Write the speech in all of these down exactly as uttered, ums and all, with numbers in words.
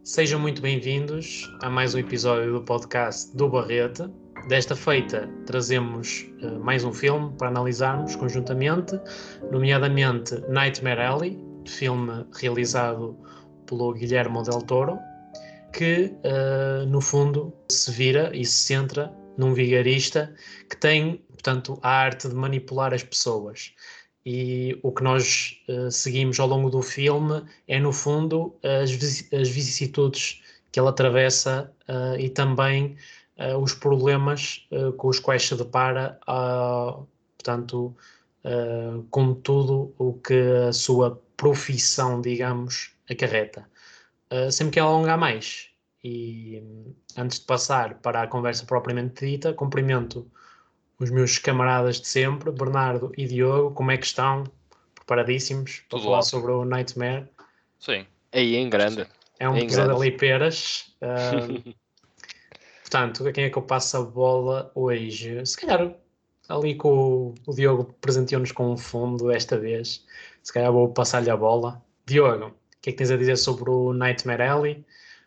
Sejam muito bem-vindos a mais um episódio do podcast do Barrete. Desta feita, trazemos uh, mais um filme para analisarmos conjuntamente, nomeadamente Nightmare Alley, filme realizado pelo Guillermo del Toro, que, uh, no fundo, se vira e se centra num vigarista que tem, portanto, a arte de manipular as pessoas. E o que nós uh, seguimos ao longo do filme é, no fundo, as, as vicissitudes que ele atravessa uh, e também uh, os problemas uh, com os quais se depara, uh, portanto, uh, com tudo o que a sua profissão, digamos, acarreta. Uh, sem me quero alongar mais, e antes de passar para a conversa propriamente dita, cumprimento os meus camaradas de sempre, Bernardo e Diogo. Como é que estão? Preparadíssimos para Tudo falar ótimo. sobre o Nightmare? Sim. Aí em grande. É um em pesadelo grande. e peras. Uh, portanto, a quem é que eu passo a bola hoje? Se calhar ali com o, o Diogo presenteou-nos com um fundo desta vez. Se calhar vou passar-lhe a bola. Diogo, o que é que tens a dizer sobre o Nightmare Alley?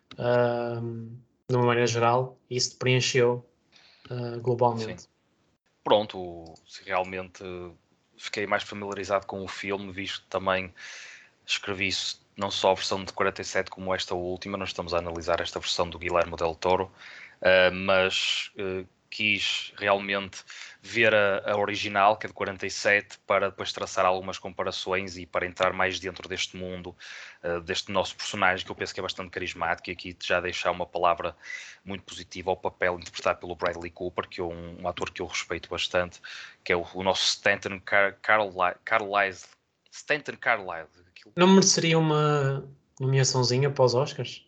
Uh, de uma maneira geral, isso te preencheu uh, globalmente. Sim. Pronto, se realmente fiquei mais familiarizado com o filme, visto que também escrevi não só a versão de quarenta e sete como esta última, nós estamos a analisar esta versão do Guillermo del Toro, uh, mas uh, quis realmente ver a, a original, que é de quarenta e sete, para depois traçar algumas comparações e para entrar mais dentro deste mundo, uh, deste nosso personagem, que eu penso que é bastante carismático, e aqui já deixar uma palavra muito positiva ao papel interpretado pelo Bradley Cooper, que é um, um ator que eu respeito bastante, que é o, o nosso Stanton Car Carlisle, Carlisle, Stanton Carlisle. Aquilo... Não mereceria uma nomeaçãozinha para os Oscars?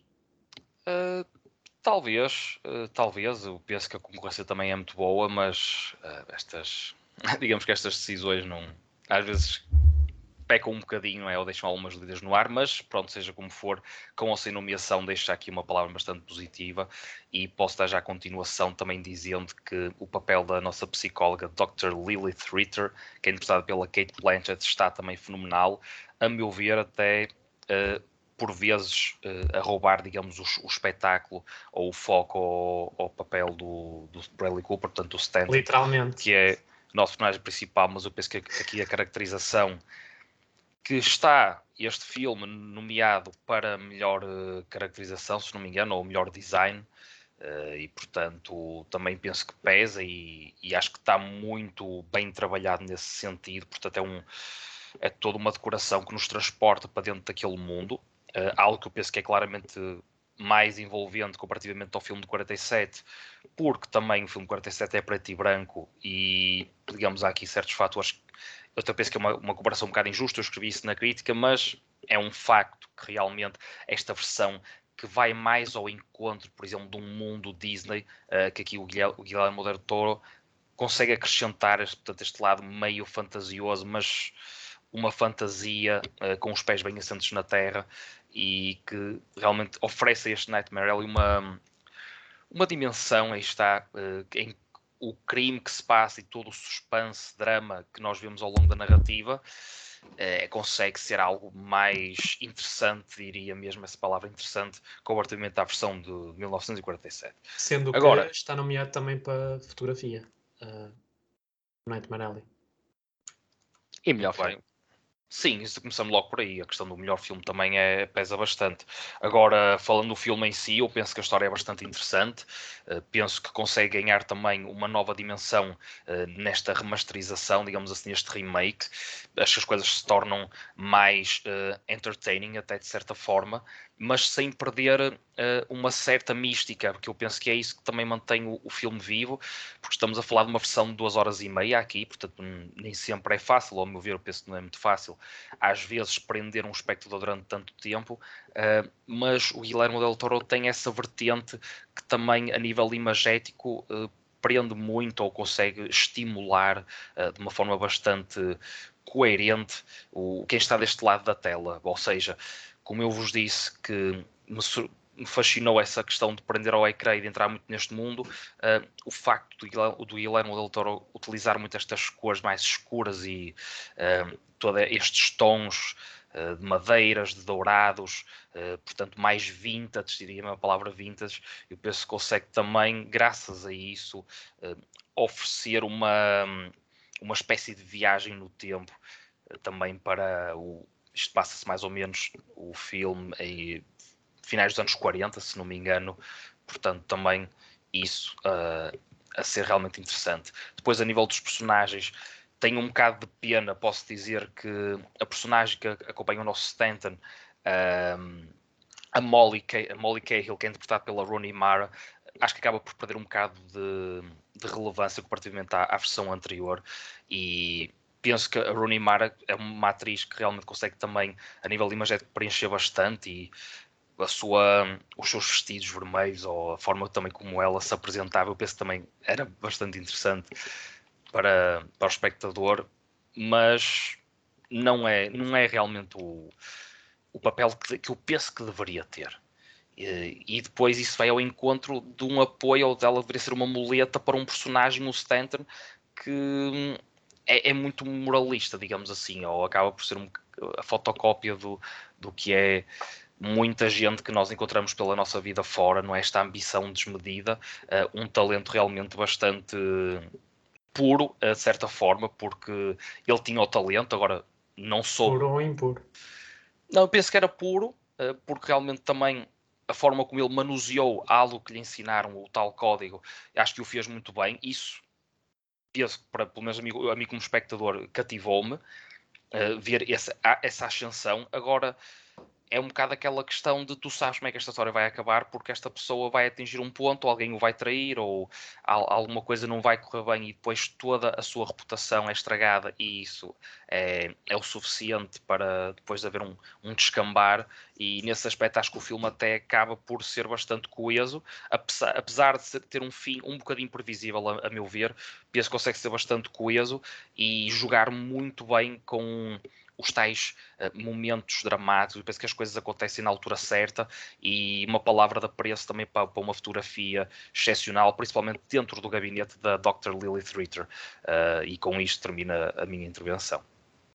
Uh, talvez, uh, talvez. Eu penso que a concorrência também é muito boa, mas uh, estas, digamos que estas decisões não, às vezes pecam um bocadinho, não é? Ou deixam algumas dúvidas no ar, mas pronto, seja como for, com ou sem nomeação, deixo aqui uma palavra bastante positiva, e posso dar já a continuação também dizendo que o papel da nossa psicóloga doutor Lilith Ritter, que é interpretada pela Cate Blanchett, está também fenomenal, a meu ver até uh, por vezes uh, a roubar, digamos, o, o espetáculo ou o foco ao, ao papel do, do Bradley Cooper, portanto o Stanton, Literalmente. que é o nosso personagem principal, mas eu penso que aqui a caracterização que está este filme nomeado para melhor uh, caracterização, se não me engano, ou melhor design, uh, e portanto também penso que pesa, e, e acho que está muito bem trabalhado nesse sentido. Portanto é, um, é toda uma decoração que nos transporta para dentro daquele mundo, uh, algo que eu penso que é claramente mais envolvente comparativamente ao filme de quarenta e sete, porque também o filme de quarenta e sete é preto e branco, e digamos há aqui certos fatores. Eu até penso que é uma, uma comparação um bocado injusta, eu escrevi isso na crítica, mas é um facto que realmente esta versão que vai mais ao encontro, por exemplo, de um mundo Disney, uh, que aqui o Guilherme, o Guilherme del Toro consegue acrescentar este, portanto, este lado meio fantasioso, mas uma fantasia uh, com os pés bem assentos na terra, e que realmente oferece a este Nightmare Alley uma, uma dimensão, aí está, uh, em o crime que se passa e todo o suspense, drama que nós vemos ao longo da narrativa, é, consegue ser algo mais interessante, diria mesmo essa palavra interessante, comparativamente à versão de mil novecentos e quarenta e sete. Sendo Agora, que está nomeado também para fotografia, uh, Nightmare Alley. E melhor muito filme. bem. Sim, isso começamos logo por aí. A questão do melhor filme também é, pesa bastante. Agora, falando do filme em si, eu penso que a história é bastante interessante. Uh, penso que consegue ganhar também uma nova dimensão uh, nesta remasterização, digamos assim, este remake. Acho que as coisas se tornam mais uh, entertaining, até de certa forma, mas sem perder uh, uma certa mística, porque eu penso que é isso que também mantém o, o filme vivo, porque estamos a falar de uma versão de duas horas e meia aqui, portanto nem sempre é fácil, ao meu ver, eu penso que não é muito fácil às vezes prender um espectador durante tanto tempo, uh, mas o Guillermo del Toro tem essa vertente que também a nível imagético uh, prende muito, ou consegue estimular uh, de uma forma bastante coerente o, quem está deste lado da tela. Ou seja, como eu vos disse, que me, me fascinou essa questão de prender ao ecrã e de entrar muito neste mundo. Uh, o facto do, do Guillermo del Toro utilizar muito estas cores mais escuras e uh, todos estes tons uh, de madeiras, de dourados, uh, portanto mais vintage, diria a palavra vintage, eu penso que consegue também, graças a isso, uh, oferecer uma, uma espécie de viagem no tempo, uh, também para o... Isto passa-se mais ou menos o filme em finais dos anos quarenta, se não me engano, portanto também isso uh, a ser realmente interessante. Depois, a nível dos personagens, tenho um bocado de pena, posso dizer, que a personagem que acompanha o nosso Stanton, uh, a, Molly Cah- a Molly Cahill, que é interpretada pela Rooney Mara, acho que acaba por perder um bocado de, de relevância comparativamente à, à versão anterior, e penso que a Rooney Mara é uma atriz que realmente consegue também, a nível de imagem, preencher bastante, e a sua, os seus vestidos vermelhos ou a forma também como ela se apresentava, eu penso que também era bastante interessante para, para o espectador, mas não é, não é realmente o, o papel que, que eu penso que deveria ter. E, e depois isso vai ao encontro de um apoio, ou dela deveria ser uma muleta para um personagem, o Stanton, que é, é muito moralista, digamos assim, ou acaba por ser um, a fotocópia do, do que é muita gente que nós encontramos pela nossa vida fora, não é? Esta ambição desmedida, uh, um talento realmente bastante puro, uh, de certa forma, porque ele tinha o talento, agora não soube. Puro ou impuro? Não, eu penso que era puro, uh, porque realmente também a forma como ele manuseou algo que lhe ensinaram, o tal código, acho que o fez muito bem. Isso, penso, para, pelo menos a mim, a mim como espectador, cativou-me, uh, ver essa, essa ascensão. Agora, é um bocado aquela questão de tu sabes como é que esta história vai acabar, porque esta pessoa vai atingir um ponto, alguém o vai trair, ou alguma coisa não vai correr bem, e depois toda a sua reputação é estragada, e isso é, é o suficiente para depois haver um, um descambar. E nesse aspecto acho que o filme até acaba por ser bastante coeso, apesar, apesar de ser, ter um fim um bocadinho previsível, a, a meu ver. Penso que consegue ser bastante coeso e jogar muito bem com os tais uh, momentos dramáticos. Eu penso que as coisas acontecem na altura certa, e uma palavra de apreço também para, para uma fotografia excepcional, principalmente dentro do gabinete da doutor Lilith Ritter. Uh, e com isto termina a minha intervenção.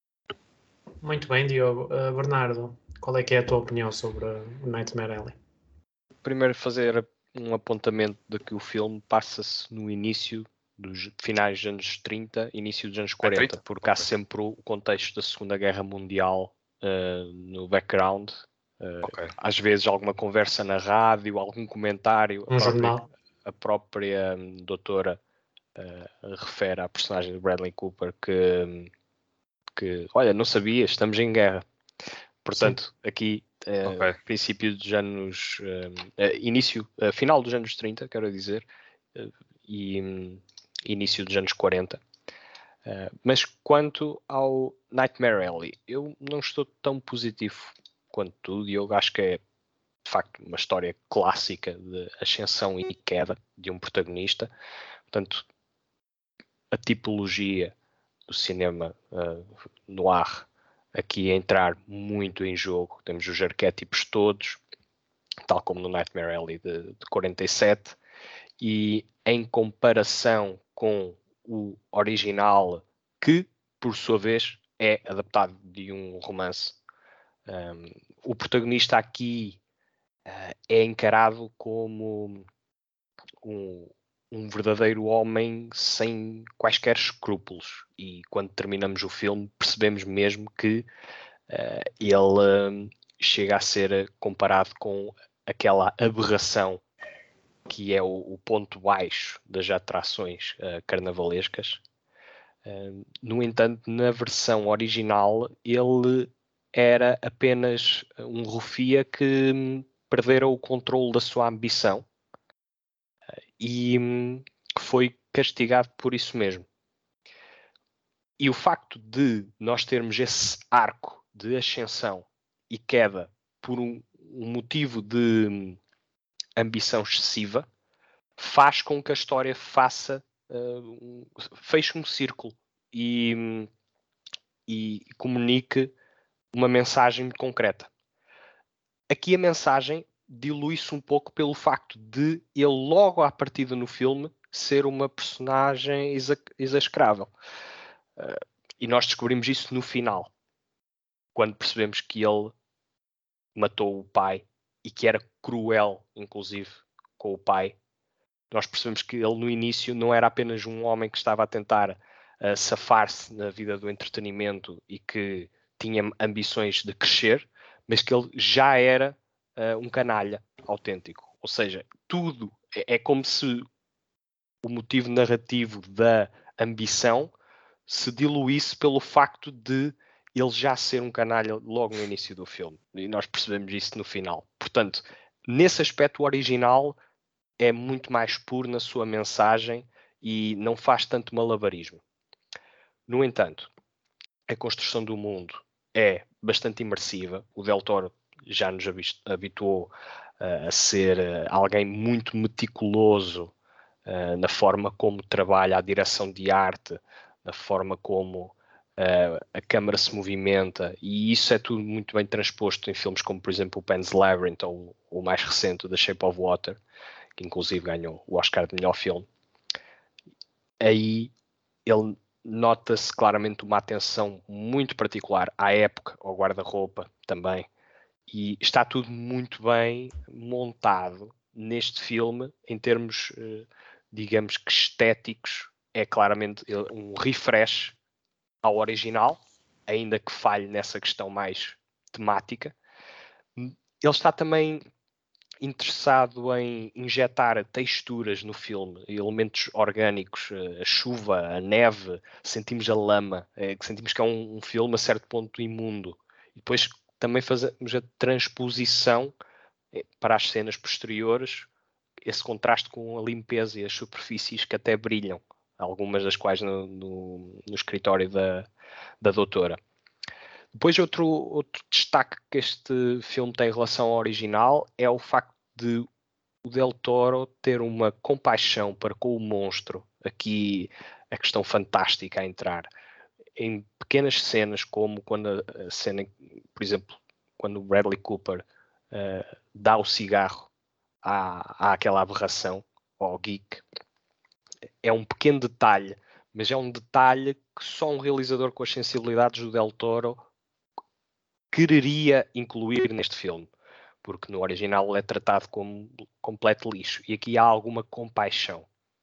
Muito bem, Diogo. Uh, Bernardo, qual é que é a tua opinião sobre o Nightmare Alley? Primeiro, fazer um apontamento de que o filme passa-se no início dos finais dos anos trinta, início dos anos quarenta, trinta? porque Okay. há sempre o contexto da Segunda Guerra Mundial uh, no background. Uh, okay. Às vezes alguma conversa na rádio, algum comentário. Um a própria, jornal. A própria um, doutora uh, refere à personagem de Bradley Cooper que, que, olha, não sabia, estamos em guerra. Portanto, sim, aqui, uh, okay. princípio dos anos, uh, uh, início, uh, final dos anos trinta, quero dizer, uh, e um, início dos anos quarenta. Uh, mas quanto ao Nightmare Alley, eu não estou tão positivo quanto tu, Diogo. Acho que é, de facto, uma história clássica de ascensão e queda de um protagonista. Portanto, a tipologia do cinema uh, noir aqui a entrar muito em jogo. Temos os arquétipos todos, tal como no Nightmare Alley de, de quarenta e sete, e em comparação com o original, que, por sua vez, é adaptado de um romance. Um, o protagonista aqui uh, é encarado como um, um verdadeiro homem sem quaisquer escrúpulos, e quando terminamos o filme percebemos mesmo que uh, ele uh, chega a ser comparado com aquela aberração que é o, o ponto baixo das atrações uh, carnavalescas. Uh, no entanto, na versão original, ele era apenas um rufia que um, perdera o controle da sua ambição uh, e um, que foi castigado por isso mesmo. E o facto de nós termos esse arco de ascensão e queda por um, um motivo de um, ambição excessiva faz com que a história faça uh, feche um círculo e, e comunique uma mensagem concreta. Aqui a mensagem dilui-se um pouco pelo facto de ele logo à partida no filme ser uma personagem exa execrável. Uh, e nós descobrimos isso no final, quando percebemos que ele matou o pai e que era cruel, inclusive, com o pai. Nós percebemos que ele no início não era apenas um homem que estava a tentar uh, safar-se na vida do entretenimento e que tinha ambições de crescer, mas que ele já era uh, um canalha autêntico. Ou seja, tudo é, é como se o motivo narrativo da ambição se diluísse pelo facto de ele já ser um canalha logo no início do filme. E nós percebemos isso no final. Portanto, nesse aspecto, o original é muito mais puro na sua mensagem e não faz tanto malabarismo. No entanto, a construção do mundo é bastante imersiva. O Del Toro já nos habituou uh, a ser uh, alguém muito meticuloso uh, na forma como trabalha a direção de arte, na forma como uh, a câmara se movimenta, e isso é tudo muito bem transposto em filmes como, por exemplo, o Pan's Labyrinth ou o mais recente, The Shape of Water, que inclusive ganhou o Oscar de melhor filme. Aí ele nota-se claramente uma atenção muito particular à época, ao guarda-roupa também, e está tudo muito bem montado neste filme em termos, digamos que estéticos. É claramente um refresh ao original, ainda que falhe nessa questão mais temática. Ele está também interessado em injetar texturas no filme, elementos orgânicos, a chuva, a neve, sentimos a lama, é, sentimos que é um, um filme a certo ponto imundo. E depois também fazemos a transposição é, para as cenas posteriores, esse contraste com a limpeza e as superfícies que até brilham, algumas das quais no, no, no escritório da, da doutora. Depois outro, outro destaque que este filme tem em relação ao original é o facto de o Del Toro ter uma compaixão para com o monstro. Aqui a questão fantástica a entrar. Em pequenas cenas, como quando a, a cena, por exemplo, quando o Bradley Cooper uh, dá o cigarro à, àquela aberração, ao geek. É um pequeno detalhe, mas é um detalhe que só um realizador com as sensibilidades do Del Toro quereria incluir neste filme, porque no original ele é tratado como completo lixo, e aqui há alguma compaixão.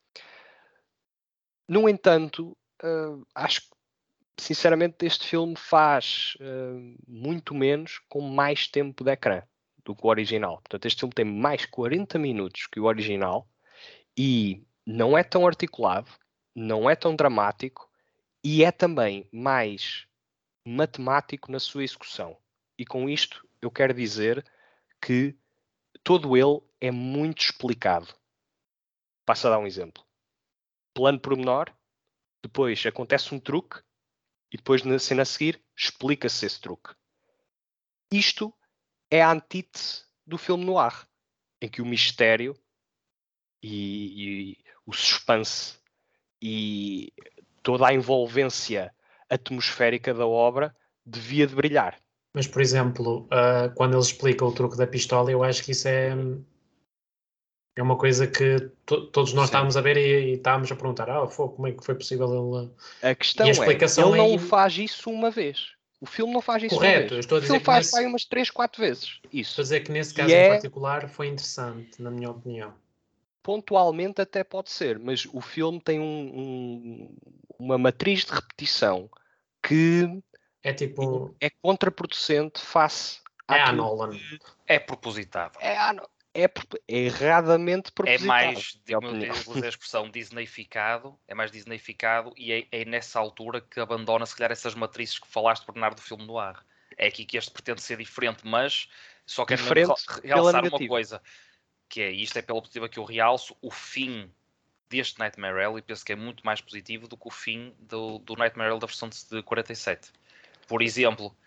No entanto, uh, acho que sinceramente este filme faz uh, muito menos com mais tempo de ecrã do que o original. Portanto, este filme tem mais quarenta minutos que o original e não é tão articulado, não é tão dramático e é também mais matemático na sua execução. E com isto eu quero dizer que todo ele é muito explicado. Passo a dar um exemplo. Plano pormenor, depois acontece um truque e depois na cena a seguir explica-se esse truque. Isto é a antítese do filme noir, em que o mistério e, e o suspense e toda a envolvência atmosférica da obra devia de brilhar. Mas, por exemplo, uh, quando ele explica o truque da pistola, eu acho que isso é, é uma coisa que to todos nós Sim. estávamos a ver e, e estávamos a perguntar, ah, oh, como é que foi possível ele... A questão a explicação é, ele é... não faz isso uma vez. O filme não faz isso Correto, uma vez. eu estou a dizer o filme que faz nesse... umas três, quatro vezes. Isso. Estou a dizer que nesse e caso é... em particular foi interessante, na minha opinião. Pontualmente até pode ser, mas o filme tem um, um, uma matriz de repetição que é, tipo... é contraproducente face é a Nolan. É propositado. É, é, é erradamente propositado. É mais, digo, vou dizer a expressão, disneyficado, é mais disneyficado e é, é nessa altura que abandona se calhar essas matrizes que falaste, Bernardo, do filme no ar. É aqui que este pretende ser diferente, mas só quero mesmo realçar uma coisa, que é, isto é pela positiva que eu realço, o fim deste Nightmare Alley, penso que é muito mais positivo do que o fim do, do Nightmare Alley da versão de quarenta e sete. Por exemplo.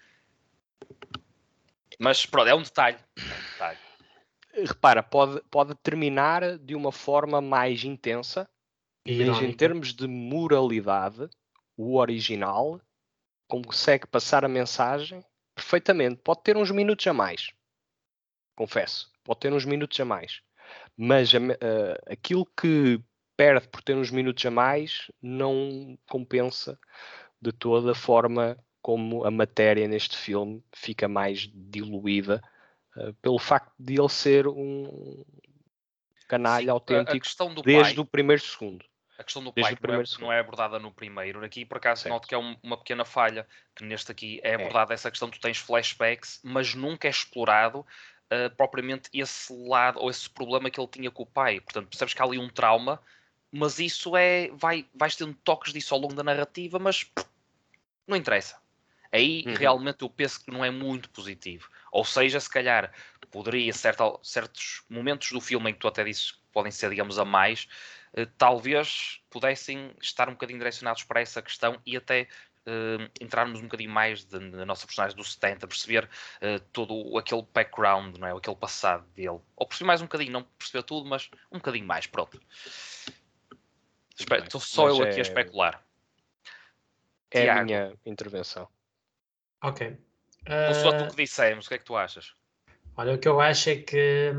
Mas pronto, é um detalhe. É um detalhe. Repara, pode, pode terminar de uma forma mais intensa, e mas em termos de moralidade, o original consegue passar a mensagem perfeitamente. Pode ter uns minutos a mais. confesso. Pode ter uns minutos a mais. Mas uh, aquilo que perde por ter uns minutos a mais não compensa de toda a forma como a matéria neste filme fica mais diluída uh, pelo facto de ele ser um canalha Sim, autêntico desde pai, o primeiro segundo. A questão do pai não é, não é abordada no primeiro. Aqui, por acaso, certo. Noto que é um, uma pequena falha, que neste aqui é abordada é. essa questão, tu tens flashbacks, mas nunca é explorado uh, propriamente esse lado, ou esse problema que ele tinha com o pai. Portanto, percebes que há ali um trauma, mas isso é, vai, vais tendo toques disso ao longo da narrativa, mas pff, não interessa. Aí, uhum. realmente, eu penso que não é muito positivo. Ou seja, se calhar, poderia, certo, certos momentos do filme em que tu até disse que podem ser, digamos, a mais, Uh, talvez pudessem estar um bocadinho direcionados para essa questão e até uh, entrarmos um bocadinho mais na nossa personagem do setenta, perceber uh, todo aquele background, não é? Aquele passado dele. Ou perceber mais um bocadinho, não perceber tudo, mas um bocadinho mais, pronto. Estou só mas eu é... aqui a especular. É Tiago, a minha intervenção. Ok. Uh... Não só tu que dissemos, o que é que tu achas? Olha, o que eu acho é que,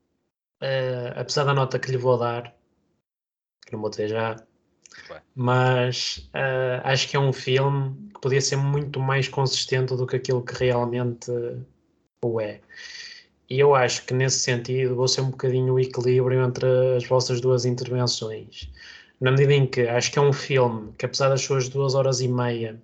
uh, apesar da nota que lhe vou dar, que não vou dizer já, Bem. mas uh, acho que é um filme que podia ser muito mais consistente do que aquilo que realmente uh, o é. E eu acho que nesse sentido vou ser um bocadinho o equilíbrio entre as vossas duas intervenções. Na medida em que acho que é um filme que, apesar das suas duas horas e meia,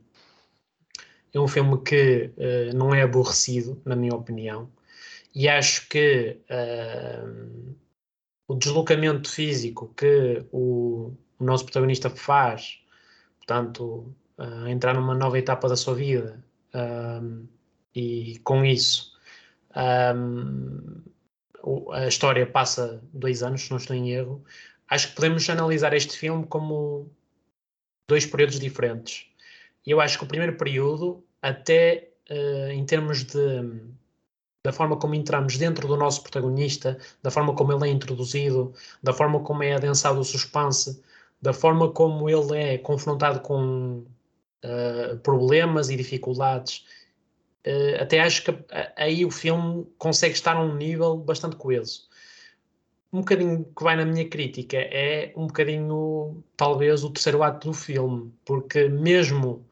é um filme que uh, não é aborrecido, na minha opinião. E acho que uh, o deslocamento físico que o, o nosso protagonista faz, portanto, uh, entrar numa nova etapa da sua vida, um, e com isso um, a história passa dois anos, se não estou em erro. Acho que podemos analisar este filme como dois períodos diferentes. E eu acho que o primeiro período, até uh, em termos de da forma como entramos dentro do nosso protagonista, da forma como ele é introduzido, da forma como é adensado o suspense, da forma como ele é confrontado com uh, problemas e dificuldades. Uh, até acho que aí o filme consegue estar a um nível bastante coeso. Um bocadinho que vai na minha crítica é um bocadinho, talvez, o terceiro ato do filme, porque mesmo,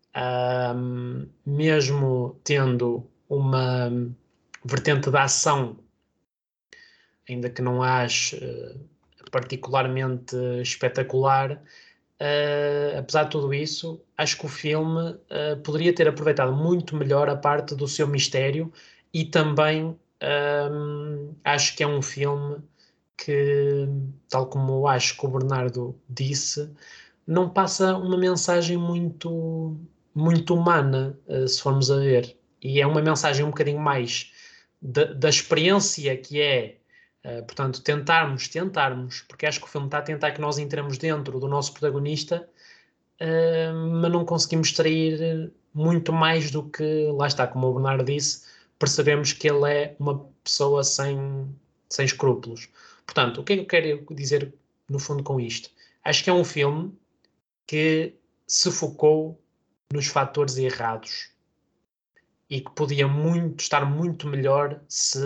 uh, mesmo tendo uma vertente da ação, ainda que não ache uh, particularmente espetacular, uh, apesar de tudo isso, acho que o filme uh, poderia ter aproveitado muito melhor a parte do seu mistério e também um, acho que é um filme que, tal como eu acho que o Bernardo disse, não passa uma mensagem muito, muito humana, uh, se formos a ver. E é uma mensagem um bocadinho mais Da, da experiência que é, uh, portanto, tentarmos, tentarmos, porque acho que o filme está a tentar que nós entremos dentro do nosso protagonista, uh, mas não conseguimos extrair muito mais do que, lá está, como o Bernardo disse, percebemos que ele é uma pessoa sem, sem escrúpulos. Portanto, o que é que eu quero dizer no fundo com isto? Acho que é um filme que se focou nos fatores errados e que podia muito, estar muito melhor se,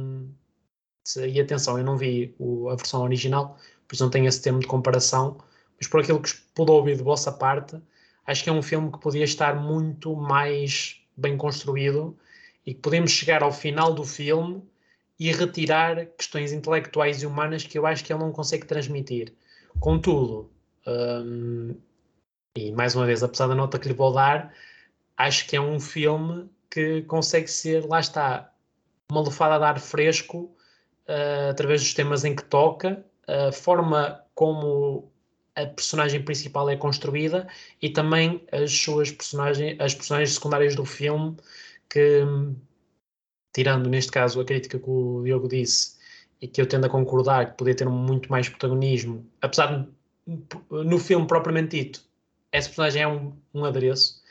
se... E atenção, eu não vi o, a versão original, por isso não tenho esse termo de comparação, mas por aquilo que pude ouvir de vossa parte, acho que é um filme que podia estar muito mais bem construído e que podemos chegar ao final do filme e retirar questões intelectuais e humanas que eu acho que ele não consegue transmitir. Contudo, hum, e mais uma vez, apesar da nota que lhe vou dar, acho que é um filme que consegue ser, lá está, uma lufada de ar fresco uh, através dos temas em que toca, a forma como a personagem principal é construída e também as suas personagens, as personagens secundárias do filme, que, tirando neste caso a crítica que o Diogo disse e que eu tendo a concordar que podia ter muito mais protagonismo, apesar de no filme propriamente dito essa personagem é um, um adereço.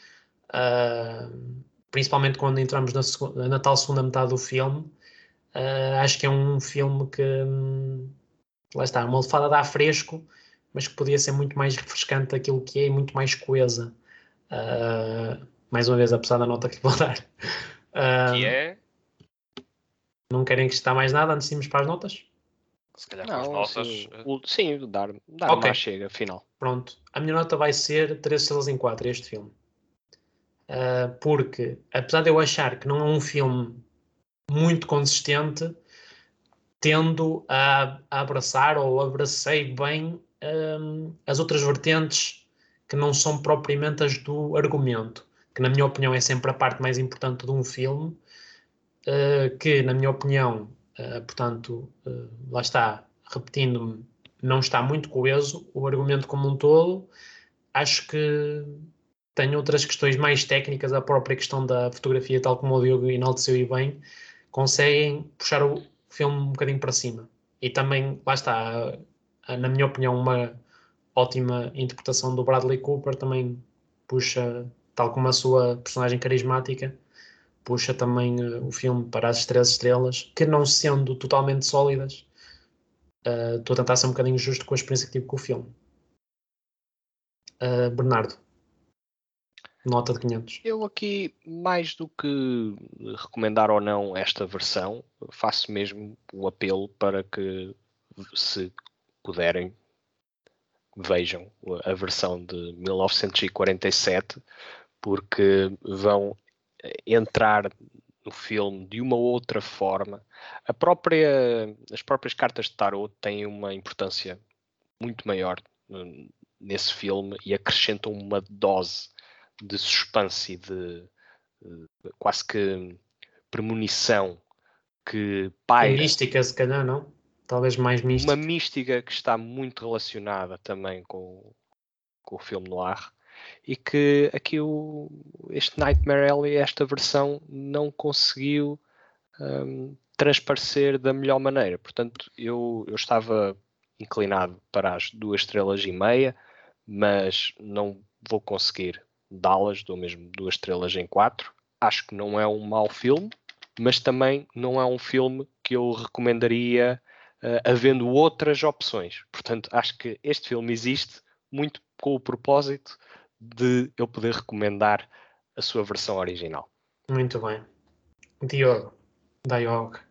Uh, principalmente quando entramos na, segunda, na tal segunda metade do filme, uh, acho que é um filme que hum, lá está, uma lefada de ar fresco, mas que podia ser muito mais refrescante daquilo que é e muito mais coesa. Uh, mais uma vez, apesar da nota que vou dar. Uh, que é? Não querem acrescentar mais nada antes de irmos para as notas? Se calhar não, com as notas. Assim, o, sim, dar, dar Ok. uma chega final. Pronto. A minha nota vai ser três estrelas em quatro este filme. Uh, porque, apesar de eu achar que não é um filme muito consistente, tendo a, a abraçar ou abracei bem um, as outras vertentes que não são propriamente as do argumento, que na minha opinião é sempre a parte mais importante de um filme, uh, que na minha opinião, uh, portanto, uh, lá está, repetindo-me, não está muito coeso o argumento como um todo. Acho que tem outras questões mais técnicas, a própria questão da fotografia, tal como o Diogo enalteceu e bem, conseguem puxar o filme um bocadinho para cima. E também, lá está, na minha opinião, uma ótima interpretação do Bradley Cooper também puxa, tal como a sua personagem carismática, puxa também uh, o filme para as três estrelas, que não sendo totalmente sólidas, uh, estou a tentar ser um bocadinho justo com a experiência que tive com o filme. Uh, Bernardo, nota de quinhentos. Eu aqui, mais do que recomendar ou não esta versão, faço mesmo o apelo para que, se puderem, vejam a versão de mil novecentos e quarenta e sete, porque vão entrar no filme de uma outra forma. A própria, as próprias cartas de tarot têm uma importância muito maior nesse filme e acrescentam uma dose de suspense e de, de quase que premonição que paira. E mística, se calhar, não? Talvez mais mística. Uma mística que está muito relacionada também com, com o filme noir, e que aqui o, este Nightmare Alley, esta versão, não conseguiu um, transparecer da melhor maneira. Portanto, eu, eu estava inclinado para as duas estrelas e meia, mas não vou conseguir dá-las, dou mesmo duas estrelas em quatro. Acho que não é um mau filme, mas também não é um filme que eu recomendaria uh, havendo outras opções. Portanto, acho que este filme existe muito com o propósito de eu poder recomendar a sua versão original. Muito bem. Diogo, Diogo.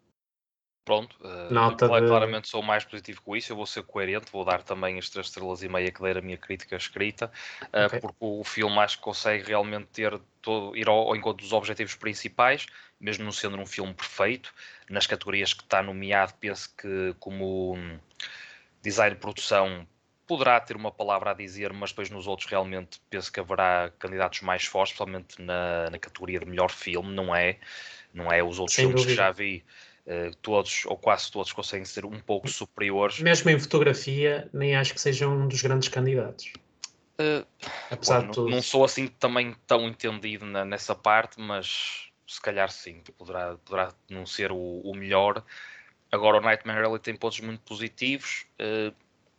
Pronto, uh, Nota cl- de... claramente sou mais positivo com isso. Eu vou ser coerente, vou dar também as três estrelas e meia que dei a minha crítica escrita, uh, Okay. porque o filme acho que consegue realmente ter todo, ir ao, ao encontro dos objetivos principais, mesmo não sendo um filme perfeito. Nas categorias que está nomeado, penso que como hum, design de produção poderá ter uma palavra a dizer, mas depois nos outros realmente penso que haverá candidatos mais fortes, especialmente na, na categoria de melhor filme, não é? Não é os outros Sem filmes dúvida. que já vi. Uh, todos, ou quase todos, conseguem ser um pouco superiores. Mesmo em fotografia, nem acho que seja um dos grandes candidatos. Uh, Apesar bom, de não, tudo. não sou assim também tão entendido na, nessa parte, mas se calhar sim, poderá, poderá não ser o, o melhor. Agora o Nightmare Alley tem pontos muito positivos. Uh,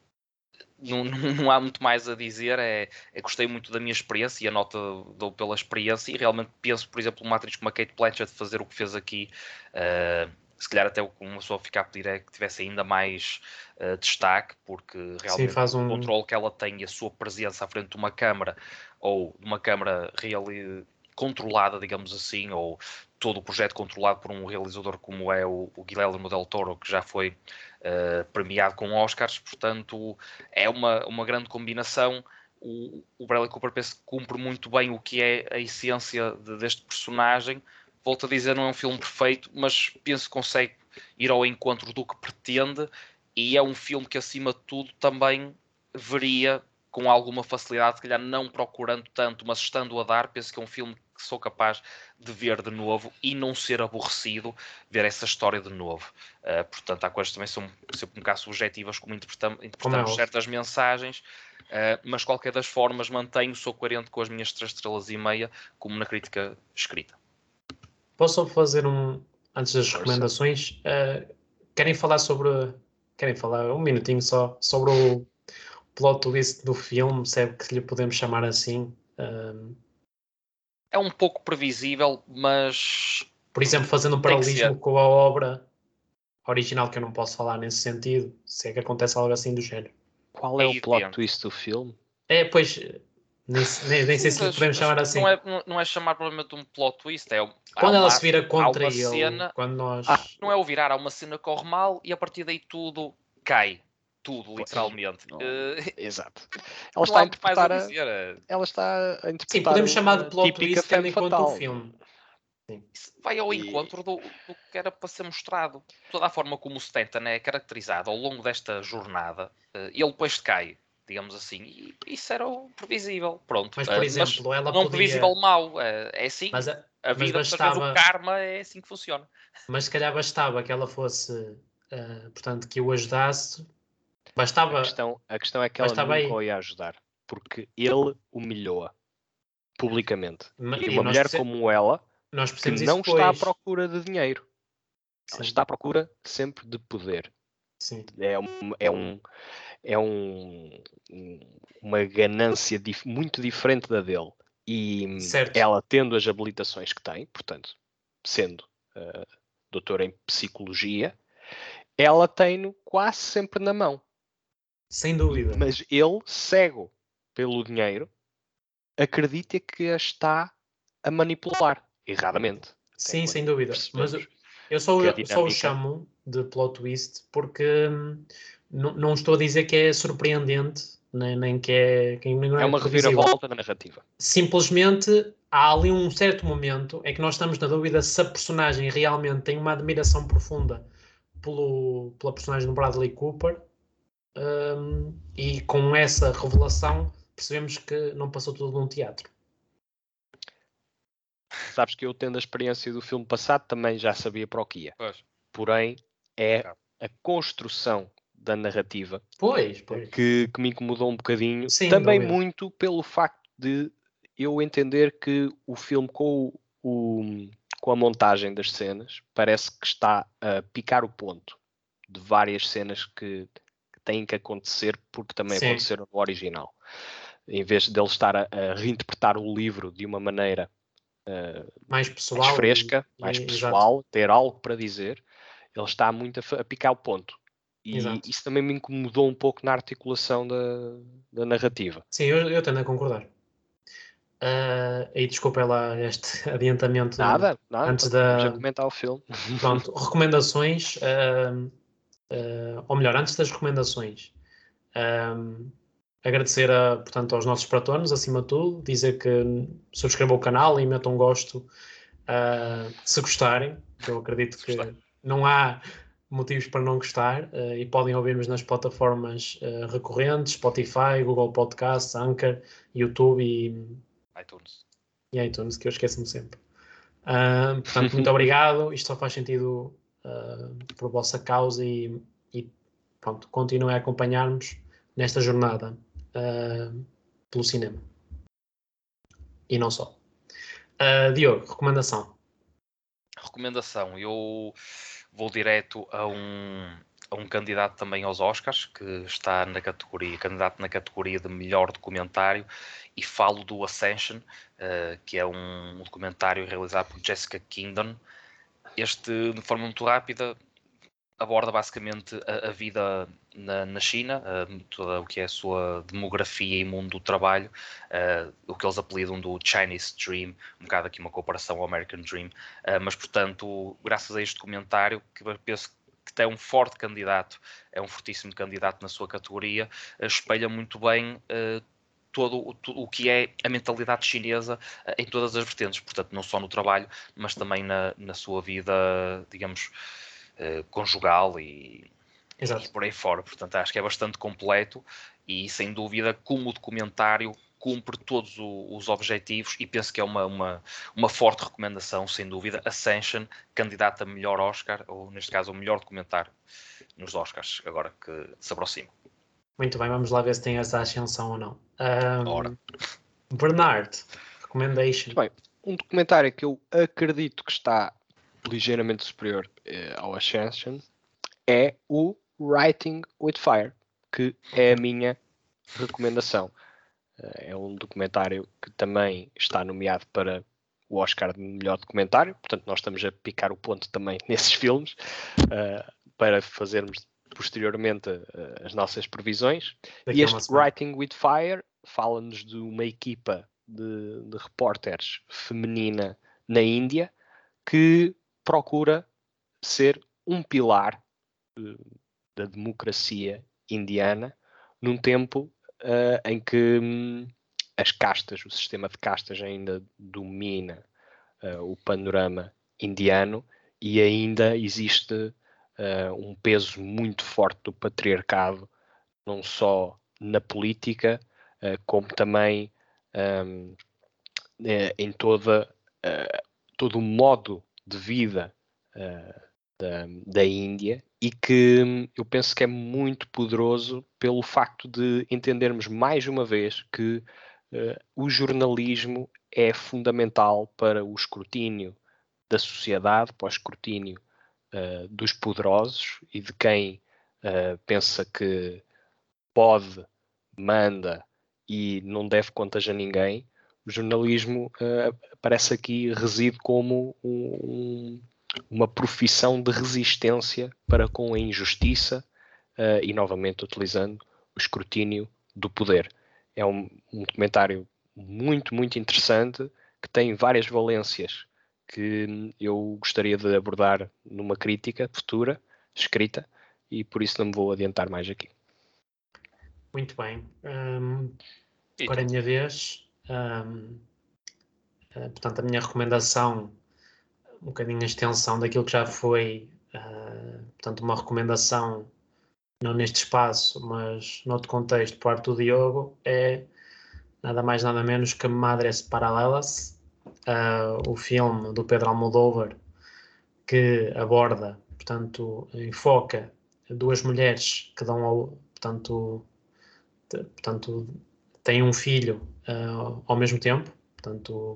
não, não há muito mais a dizer. É, é, gostei muito da minha experiência e a nota dou pela experiência, e realmente penso, por exemplo, uma atriz como a Kate Blanchett fazer o que fez aqui, uh, se calhar até uma pessoa ficar a pedir é que tivesse ainda mais uh, destaque, porque realmente Sim, faz um... o controle que ela tem e a sua presença à frente de uma câmara, ou de uma câmara real, controlada, digamos assim, ou todo o projeto controlado por um realizador como é o, o Guilherme Del Toro, que já foi uh, premiado com Oscars. Portanto, é uma, uma grande combinação. O, o Bradley Cooper penso que cumpre muito bem o que é a essência de, deste personagem. Volto a dizer, não é um filme perfeito, mas penso que consegue ir ao encontro do que pretende, e é um filme que, acima de tudo, também veria com alguma facilidade, se calhar não procurando tanto, mas estando a dar. Penso que é um filme que sou capaz de ver de novo e não ser aborrecido ver essa história de novo. Uh, portanto, há coisas que também são sempre um bocado subjetivas, como interpretamos, interpretamos como é certas mensagens, uh, mas qualquer das formas mantenho, sou coerente com as minhas três estrelas e meia, como na crítica escrita. Posso só fazer um, antes das recomendações, uh, querem falar sobre, querem falar um minutinho só, sobre o plot twist do filme, se é que lhe podemos chamar assim? Um, é um pouco previsível, mas... Por exemplo, fazendo um paralelismo com a obra original, que eu não posso falar nesse sentido, se é que acontece algo assim do género. Qual é, é o plot twist do filme? É, pois, Nem, nem, nem sei se lhe podemos chamar assim. Não é, não é chamar provavelmente um plot twist, é quando ela uma, se vira contra ele, cena, quando nós... ah, não é o virar, há uma cena que corre mal e a partir daí tudo cai. Tudo, literalmente. Não, uh, exato. Ela está a interpretar a, a ela está a interpretar Sim, podemos chamar de plot típica twist tendo em femme conta fatale. o filme. Sim. Isso vai ao E... encontro do, do que era para ser mostrado. Toda a forma como o Stanton é caracterizado ao longo desta jornada, uh, ele depois cai, digamos assim, e isso era o previsível. Pronto. Mas, por uh, exemplo, mas ela não podia... previsível mau. Uh, é assim. Mas, a, a vida, mas bastava... vezes, o karma é assim que funciona. Mas se calhar bastava que ela fosse, uh, portanto, que o ajudasse. Bastava. A questão, a questão é que ela nunca aí. o ia ajudar, porque ele humilhou-a publicamente. Mas, e uma mulher como ela, nós que não depois. está à procura de dinheiro, Sim. ela está à procura sempre de poder. Sim. É um, é um, é um, uma ganância dif, muito diferente da dele. E certo. ela tendo as habilitações que tem, portanto, sendo uh, doutora em psicologia, ela tem-no quase sempre na mão. Sem dúvida. Mas ele, cego pelo dinheiro, acredita que a está a manipular erradamente. Sim, sem dúvida. Mas eu só, dinâmica... só o chamo de plot twist porque hum, não, não estou a dizer que é surpreendente, nem, nem que é... Que não é, é uma reviravolta na narrativa. Simplesmente há ali um certo momento em que nós estamos na dúvida se a personagem realmente tem uma admiração profunda pelo, pela personagem do Bradley Cooper, um, e com essa revelação percebemos que não passou tudo num teatro. Sabes que eu, tendo a experiência do filme passado, também já sabia para o que ia. Pois. Porém, é a construção da narrativa pois, pois. Que, que me incomodou um bocadinho. Sim, também dúvida. muito pelo facto de eu entender que o filme, com, o, o, com a montagem das cenas, parece que está a picar o ponto de várias cenas que, que têm que acontecer, porque também Sim. aconteceram no original. Em vez de ele estar a, a reinterpretar o livro de uma maneira uh, mais pessoal, mais fresca, e, mais e, pessoal, exato. ter algo para dizer, ele está muito a, a picar o ponto. E exato. isso também me incomodou um pouco na articulação da, da narrativa. Sim, eu, eu tendo a concordar. Uh, e desculpa lá este adiantamento. Nada, nada. Antes Vamos da... a comentar o filme. Pronto, recomendações, uh, uh, ou melhor, antes das recomendações, um, agradecer a, portanto, aos nossos patronos, acima de tudo, dizer que subscrevam o canal e metam um gosto uh, se gostarem, que eu acredito que não há motivos para não gostar, uh, e podem ouvir-nos nas plataformas uh, recorrentes, Spotify, Google Podcasts, Anchor, YouTube e iTunes. E iTunes, que eu esqueço-me sempre. Uh, portanto, muito obrigado. Isto só faz sentido uh, por vossa causa e, e pronto, continuem a acompanhar-nos nesta jornada uh, pelo cinema. E não só. Uh, Diogo, recomendação. Recomendação. Eu vou direto a um, a um candidato também aos Oscars, que está na categoria, candidato na categoria de melhor documentário, e falo do Ascension, uh, que é um documentário realizado por Jessica Kingdon. Este, de forma muito rápida, aborda basicamente a, a vida na, na China, uh, toda o que é a sua demografia e mundo do trabalho, uh, o que eles apelidam do Chinese Dream, um bocado aqui uma comparação ao American Dream, uh, mas portanto, graças a este documentário, que eu penso que tem um forte candidato, é um fortíssimo candidato na sua categoria, uh, espelha muito bem uh, todo o, o que é a mentalidade chinesa uh, em todas as vertentes, portanto não só no trabalho, mas também na, na sua vida, digamos, Uh, conjugal e, e por aí fora. Portanto, acho que é bastante completo e, sem dúvida, como o documentário cumpre todos o, os objetivos, e penso que é uma, uma, uma forte recomendação, sem dúvida. Ascension, candidato a melhor Oscar, ou neste caso o melhor documentário nos Oscars, agora que se aproxima. Muito bem, vamos lá ver se tem essa ascensão ou não. Um, Ora. Bernard, recommendation. Muito bem, um documentário que eu acredito que está ligeiramente superior eh, ao Ascension é o Writing with Fire, que é a minha recomendação. Uh, é um documentário que também está nomeado para o Oscar de melhor documentário, portanto nós estamos a picar o ponto também nesses filmes, uh, para fazermos posteriormente uh, as nossas previsões. Daqui e este Writing with Fire fala-nos de uma equipa de, de repórteres feminina na Índia que procura ser um pilar uh, da democracia indiana num tempo uh, em que um, as castas, o sistema de castas ainda domina uh, o panorama indiano e ainda existe uh, um peso muito forte do patriarcado, não só na política, uh, como também um, em toda, uh, todo o modo de vida uh, da, da Índia, e que eu penso que é muito poderoso pelo facto de entendermos mais uma vez que uh, o jornalismo é fundamental para o escrutínio da sociedade, para o escrutínio uh, dos poderosos e de quem uh, pensa que pode, manda e não deve contas a ninguém. O jornalismo uh, aparece aqui, reside como um, um, uma profissão de resistência para com a injustiça uh, e, novamente, utilizando o escrutínio do poder. É um, um documentário muito, muito interessante, que tem várias valências que eu gostaria de abordar numa crítica futura, escrita, e por isso não me vou adiantar mais aqui. Muito bem. Um, agora é a minha vez. Um, uh, portanto, a minha recomendação, um bocadinho a extensão daquilo que já foi, uh, portanto, uma recomendação, não neste espaço, mas noutro contexto, por parte do Diogo, é nada mais nada menos que Madres Paralelas, uh, o filme do Pedro Almodóvar, que aborda, portanto, enfoca duas mulheres que dão ao, portanto, de, portanto têm um filho uh, ao mesmo tempo, portanto,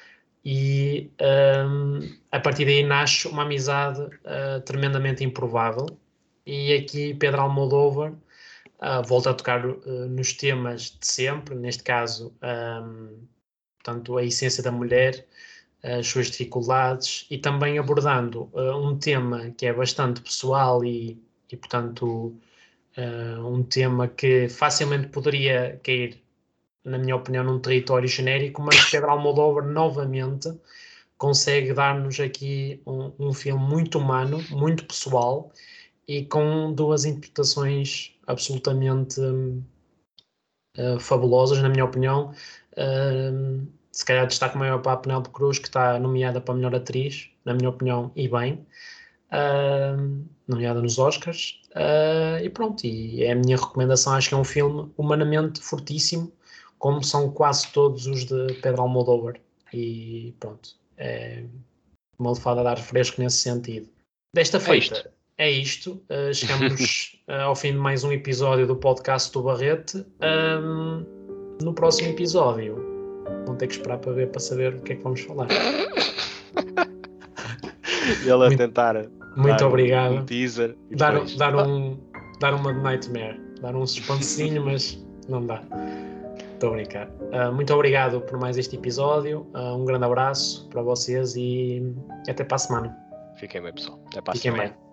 e um, a partir daí nasce uma amizade uh, tremendamente improvável, e aqui Pedro Almodóvar uh, volta a tocar uh, nos temas de sempre, neste caso, um, portanto, a essência da mulher, as suas dificuldades, e também abordando uh, um tema que é bastante pessoal e, e portanto, uh, um tema que facilmente poderia cair, na minha opinião, num território genérico, mas Pedro Almodóvar novamente consegue dar-nos aqui um, um filme muito humano, muito pessoal e com duas interpretações absolutamente uh, fabulosas, na minha opinião. Uh, se calhar destaco maior para a Penélope Cruz, que está nomeada para a melhor atriz, na minha opinião, e bem, uh, nomeada nos Oscars, uh, e pronto, e é a minha recomendação. Acho que é um filme humanamente fortíssimo, como são quase todos os de Pedro Almodóvar, e pronto, é uma lefada de ar fresco nesse sentido. Desta feita, é isto, é isto. Uh, chegamos uh, ao fim de mais um episódio do podcast do Barrete. Um, no próximo episódio vão ter que esperar para ver, para saber o que é que vamos falar. Ele a muito, tentar muito dar obrigado. Um, um teaser e dar, depois... dar, um, dar uma Nightmare, dar um suspensinho, mas não dá. Estou a brincar. Uh, muito obrigado por mais este episódio. Uh, um grande abraço para vocês e até para a semana. Fiquem bem, pessoal. Até para a Fiquem semana. bem.